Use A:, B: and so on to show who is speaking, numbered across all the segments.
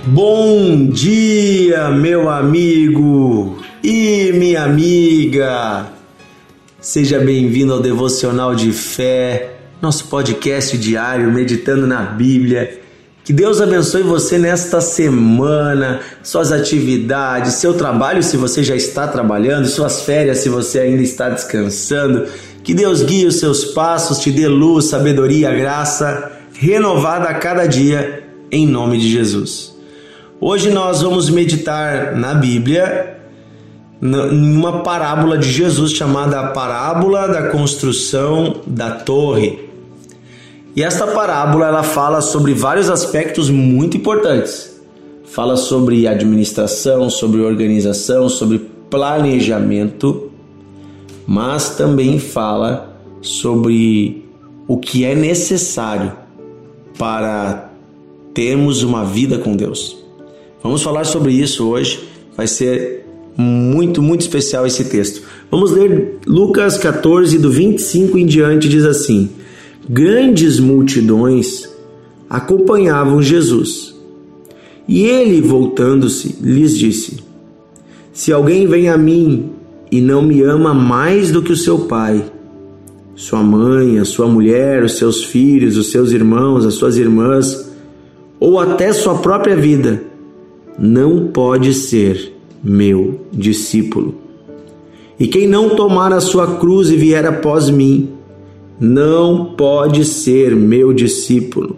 A: Bom dia, meu amigo e minha amiga. Seja bem-vindo ao Devocional de Fé, nosso podcast diário meditando na Bíblia. Que Deus abençoe você nesta semana, suas atividades, seu trabalho se você já está trabalhando, suas férias se você ainda está descansando. Que Deus guie os seus passos, te dê luz, sabedoria, graça renovada a cada dia, em nome de Jesus. Hoje nós vamos meditar na Bíblia, em uma parábola de Jesus chamada a parábola da construção da torre. E esta parábola ela fala sobre vários aspectos muito importantes. Fala sobre administração, sobre organização, sobre planejamento, mas também fala sobre o que é necessário para termos uma vida com Deus. Vamos falar sobre isso hoje, vai ser muito especial esse texto. Vamos ler Lucas 14, do 25 em diante, diz assim: Grandes multidões acompanhavam Jesus, e ele, voltando-se, lhes disse: Se alguém vem a mim e não me ama mais do que o seu pai, sua mãe, a sua mulher, os seus filhos, os seus irmãos, as suas irmãs, ou até sua própria vida, não pode ser meu discípulo. E quem não tomar a sua cruz e vier após mim, não pode ser meu discípulo.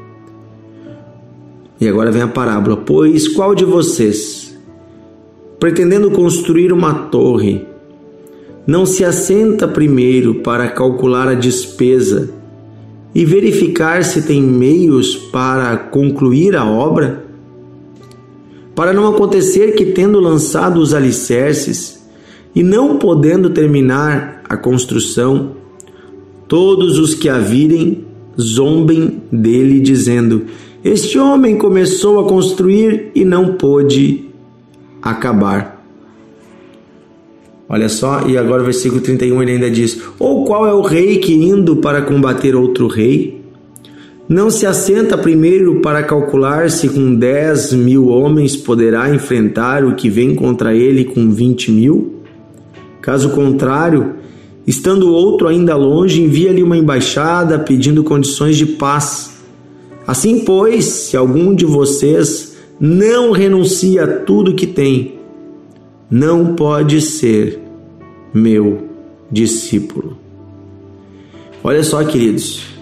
A: E agora vem a parábola. Pois qual de vocês, pretendendo construir uma torre, não se assenta primeiro para calcular a despesa e verificar se tem meios para concluir a obra? Para não acontecer que, tendo lançado os alicerces e não podendo terminar a construção, todos os que a virem zombem dele, dizendo: Este homem começou a construir e não pôde acabar. Olha só, e agora o versículo 31 ele ainda diz: Ou qual é o rei que, indo para combater outro rei, não se assenta primeiro para calcular se com 10.000 homens poderá enfrentar o que vem contra ele com 20.000? Caso contrário, estando o outro ainda longe, envia-lhe uma embaixada pedindo condições de paz. Assim, pois, se algum de vocês não renuncia a tudo que tem, não pode ser meu discípulo. Olha só, queridos,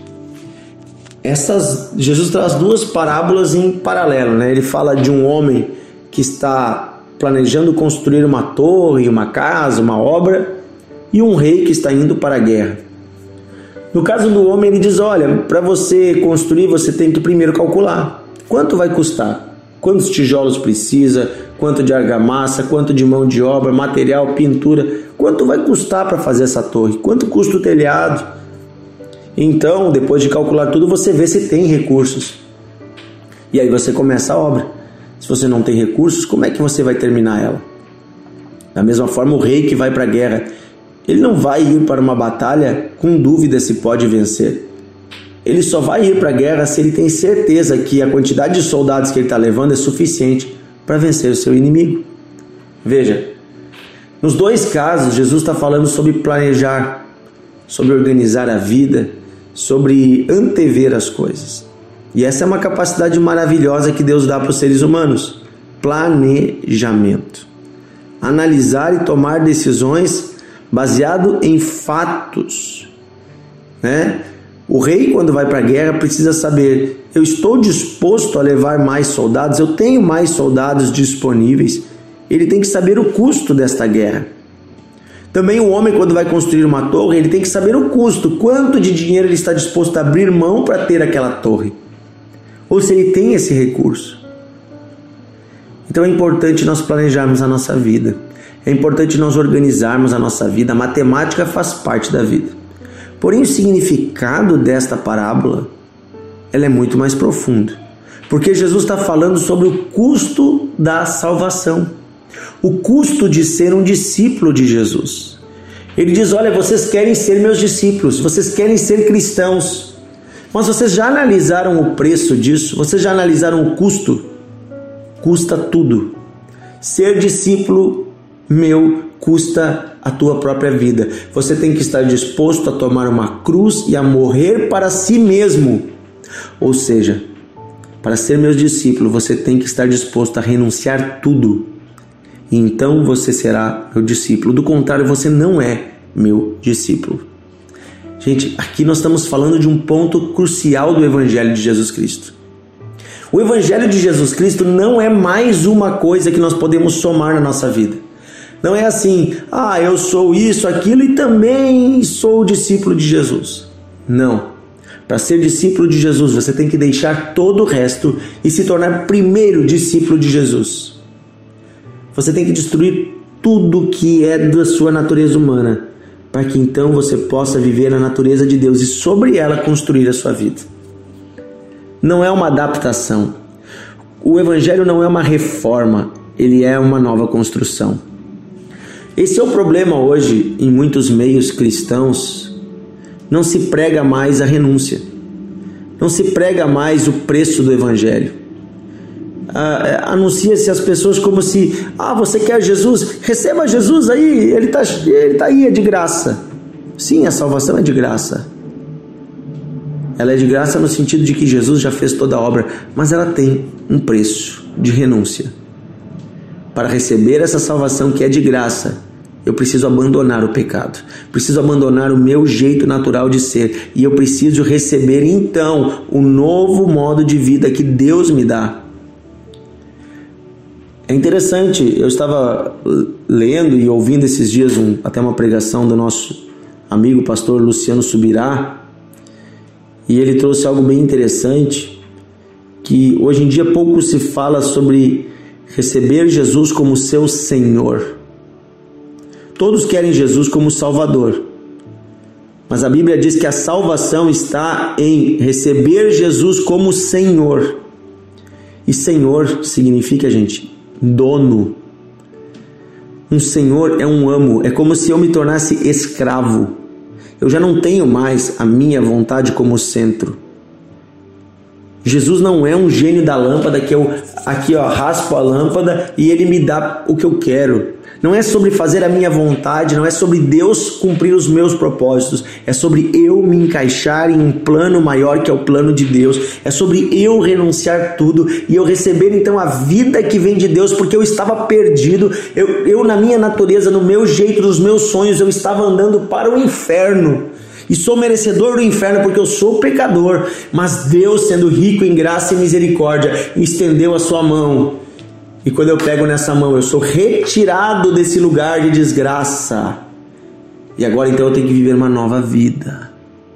A: Jesus traz duas parábolas em paralelo, né? Ele fala de um homem que está planejando construir uma torre, uma casa, uma obra, e um rei que está indo para a guerra. No caso do homem, ele diz: olha, para você construir, você tem que primeiro calcular quanto vai custar, quantos tijolos precisa, quanto de argamassa, quanto de mão de obra, material, pintura, quanto vai custar para fazer essa torre, quanto custa o telhado. Então, depois de calcular tudo, você vê se tem recursos. E aí você começa a obra. Se você não tem recursos, como é que você vai terminar ela? Da mesma forma, o rei que vai para a guerra, ele não vai ir para uma batalha com dúvida se pode vencer. Ele só vai ir para a guerra se ele tem certeza que a quantidade de soldados que ele está levando é suficiente para vencer o seu inimigo. Veja, nos dois casos, Jesus está falando sobre planejar, sobre organizar a vida, sobre antever as coisas. E essa é uma capacidade maravilhosa que Deus dá para os seres humanos: planejamento. Analisar e tomar decisões baseado em fatos, né? O rei, quando vai para a guerra, precisa saber: eu estou disposto a levar mais soldados, eu tenho mais soldados disponíveis. Ele tem que saber o custo desta guerra. Também o homem, quando vai construir uma torre, ele tem que saber o custo, quanto de dinheiro ele está disposto a abrir mão para ter aquela torre, ou se ele tem esse recurso. Então é importante nós planejarmos a nossa vida, é importante nós organizarmos a nossa vida. A matemática faz parte da vida. Porém, o significado desta parábola, ela é muito mais profundo, porque Jesus está falando sobre o custo da salvação, o custo de ser um discípulo de Jesus. Ele diz: olha, vocês querem ser meus discípulos, vocês querem ser cristãos, mas vocês já analisaram o preço disso? Vocês já analisaram o custo? custa tudo. Ser discípulo meu custa a tua própria vida. Você tem que estar disposto a tomar uma cruz e a morrer para si mesmo. Ou seja, para ser meu discípulo, você tem que estar disposto a renunciar tudo. E então você será meu discípulo. Do contrário, você não é meu discípulo. Gente, aqui nós estamos falando de um ponto crucial do Evangelho de Jesus Cristo. O Evangelho de Jesus Cristo não é mais uma coisa que nós podemos somar na nossa vida. Não é assim, eu sou isso, aquilo e também sou discípulo de Jesus. Não. Para ser discípulo de Jesus, você tem que deixar todo o resto e se tornar primeiro discípulo de Jesus. Você tem que destruir tudo que é da sua natureza humana, para que então você possa viver a natureza de Deus e sobre ela construir a sua vida. Não é uma adaptação. O Evangelho não é uma reforma, ele é uma nova construção. Esse é o problema hoje em muitos meios cristãos. Não se prega mais a renúncia. Não se prega mais o preço do Evangelho. Anuncia-se as pessoas como se, você quer Jesus? Receba Jesus aí, ele tá aí, é de graça. Sim, a salvação é de graça. Ela é de graça no sentido de que Jesus já fez toda a obra, mas ela tem um preço de renúncia. Para receber essa salvação que é de graça, eu preciso abandonar o pecado, preciso abandonar o meu jeito natural de ser e eu preciso receber então o novo modo de vida que Deus me dá. É interessante, eu estava lendo e ouvindo esses dias até uma pregação do nosso amigo pastor Luciano Subirá, e ele trouxe algo bem interessante, que hoje em dia pouco se fala sobre receber Jesus como seu Senhor. Todos querem Jesus como Salvador, mas a Bíblia diz que a salvação está em receber Jesus como Senhor. E Senhor significa, gente, dono. Um senhor é um amo, é como se eu me tornasse escravo. Eu já não tenho mais a minha vontade como centro. Jesus não é um gênio da lâmpada que eu raspo a lâmpada e ele me dá o que eu quero. Não é sobre fazer a minha vontade, não é sobre Deus cumprir os meus propósitos, é sobre eu me encaixar em um plano maior que é o plano de Deus, é sobre eu renunciar tudo e eu receber então a vida que vem de Deus, porque eu estava perdido, eu na minha natureza, no meu jeito, nos meus sonhos, eu estava andando para o inferno. E sou merecedor do inferno porque eu sou pecador, mas Deus, sendo rico em graça e misericórdia, estendeu a sua mão. E quando eu pego nessa mão, eu sou retirado desse lugar de desgraça. E agora então eu tenho que viver uma nova vida.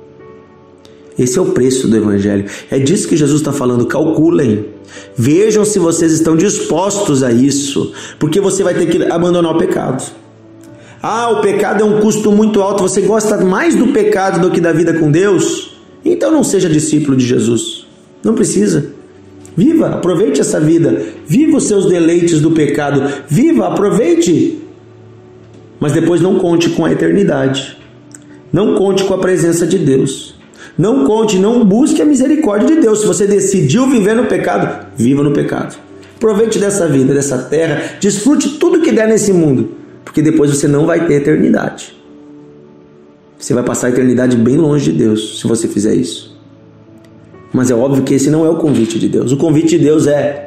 A: Esse é o preço do Evangelho. É disso que Jesus está falando. Calculem. Vejam se vocês estão dispostos a isso. Porque você vai ter que abandonar o pecado. O pecado é um custo muito alto. Você gosta mais do pecado do que da vida com Deus? Então não seja discípulo de Jesus. Não precisa. Viva, aproveite essa vida. Viva os seus deleites do pecado. Viva, aproveite. Mas depois não conte com a eternidade. Não conte com a presença de Deus. Não busque a misericórdia de Deus. Se você decidiu viver no pecado, viva no pecado. Aproveite dessa vida, dessa terra. Desfrute tudo que der nesse mundo. Porque depois você não vai ter eternidade. Você vai passar a eternidade bem longe de Deus, se você fizer isso. Mas é óbvio que esse não é o convite de Deus. O convite de Deus é: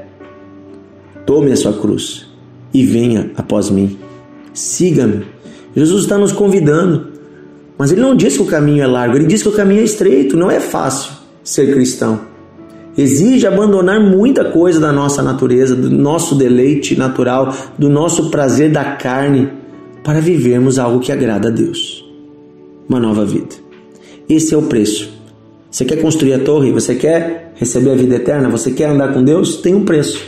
A: tome a sua cruz e venha após mim. Siga-me. Jesus está nos convidando. Mas ele não diz que o caminho é largo, ele diz que o caminho é estreito. Não é fácil ser cristão. Exige abandonar muita coisa da nossa natureza, do nosso deleite natural, do nosso prazer da carne, para vivermos algo que agrada a Deus. Uma nova vida. Esse é o preço. Você quer construir a torre? Você quer receber a vida eterna? Você quer andar com Deus? Tem um preço.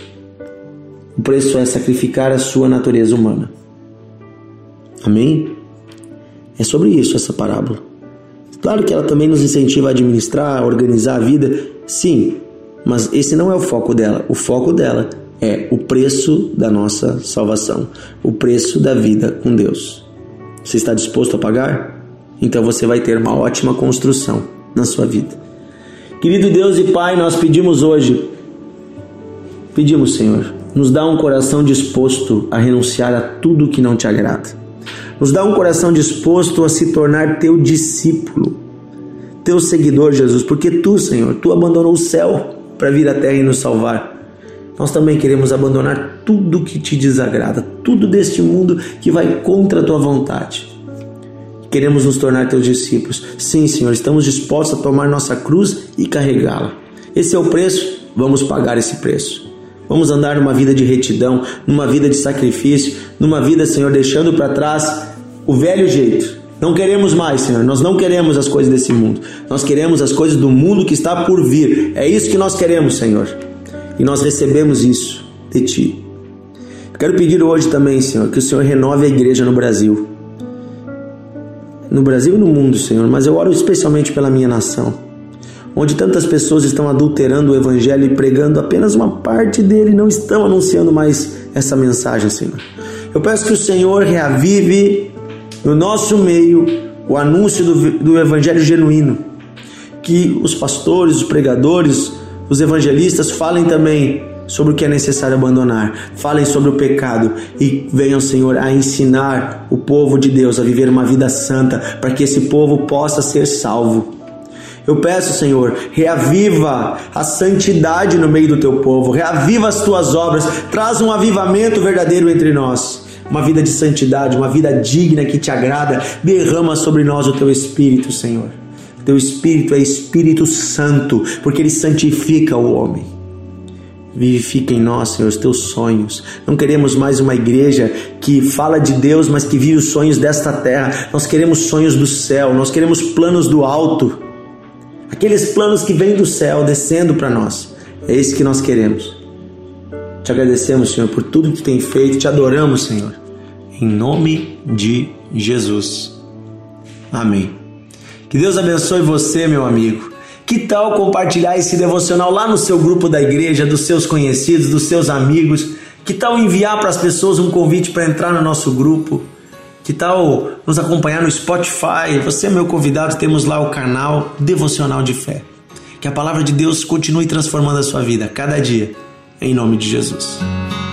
A: O preço é sacrificar a sua natureza humana. Amém? É sobre isso essa parábola. Claro que ela também nos incentiva a administrar, a organizar a vida. Sim, mas esse não é o foco dela. O foco dela é o preço da nossa salvação. O preço da vida com Deus. Você está disposto a pagar? Então você vai ter uma ótima construção na sua vida. Querido Deus e Pai, nós pedimos hoje, Senhor, nos dá um coração disposto a renunciar a tudo que não te agrada. Nos dá um coração disposto a se tornar teu discípulo, teu seguidor, Jesus, porque tu, Senhor, tu abandonou o céu para vir à terra e nos salvar. Nós também queremos abandonar tudo que te desagrada, tudo deste mundo que vai contra a tua vontade. Queremos nos tornar teus discípulos. Sim, Senhor, estamos dispostos a tomar nossa cruz e carregá-la. Esse é o preço, vamos pagar esse preço. Vamos andar numa vida de retidão, numa vida de sacrifício, numa vida, Senhor, deixando para trás o velho jeito. Não queremos mais, Senhor, nós não queremos as coisas desse mundo. Nós queremos as coisas do mundo que está por vir. É isso que nós queremos, Senhor. E nós recebemos isso de Ti. Eu quero pedir hoje também, Senhor, que o Senhor renove a igreja no Brasil. No Brasil e no mundo, Senhor, mas eu oro especialmente pela minha nação, onde tantas pessoas estão adulterando o Evangelho e pregando apenas uma parte dele, não estão anunciando mais essa mensagem, Senhor. Eu peço que o Senhor reavive no nosso meio o anúncio do Evangelho genuíno, que os pastores, os pregadores, os evangelistas falem também sobre o que é necessário abandonar, falem sobre o pecado e venham, Senhor, a ensinar o povo de Deus a viver uma vida santa, para que esse povo possa ser salvo. Eu peço, Senhor, reaviva a santidade no meio do teu povo, reaviva as tuas obras, traz um avivamento verdadeiro entre nós, uma vida de santidade, uma vida digna que te agrada. Derrama sobre nós o teu Espírito, Senhor. Teu Espírito é Espírito Santo, porque ele santifica o homem. Vivifica em nós, Senhor, os teus sonhos. Não queremos mais uma igreja que fala de Deus, mas que vive os sonhos desta terra. Nós queremos sonhos do céu, nós queremos planos do alto. Aqueles planos que vêm do céu descendo para nós. É isso que nós queremos. Te agradecemos, Senhor, por tudo que tu tem feito. Te adoramos, Senhor. Em nome de Jesus. Amém. Que Deus abençoe você, meu amigo. Que tal compartilhar esse devocional lá no seu grupo da igreja, dos seus conhecidos, dos seus amigos? Que tal enviar para as pessoas um convite para entrar no nosso grupo? Que tal nos acompanhar no Spotify? Você é meu convidado, temos lá o canal Devocional de Fé. Que a palavra de Deus continue transformando a sua vida cada dia, em nome de Jesus.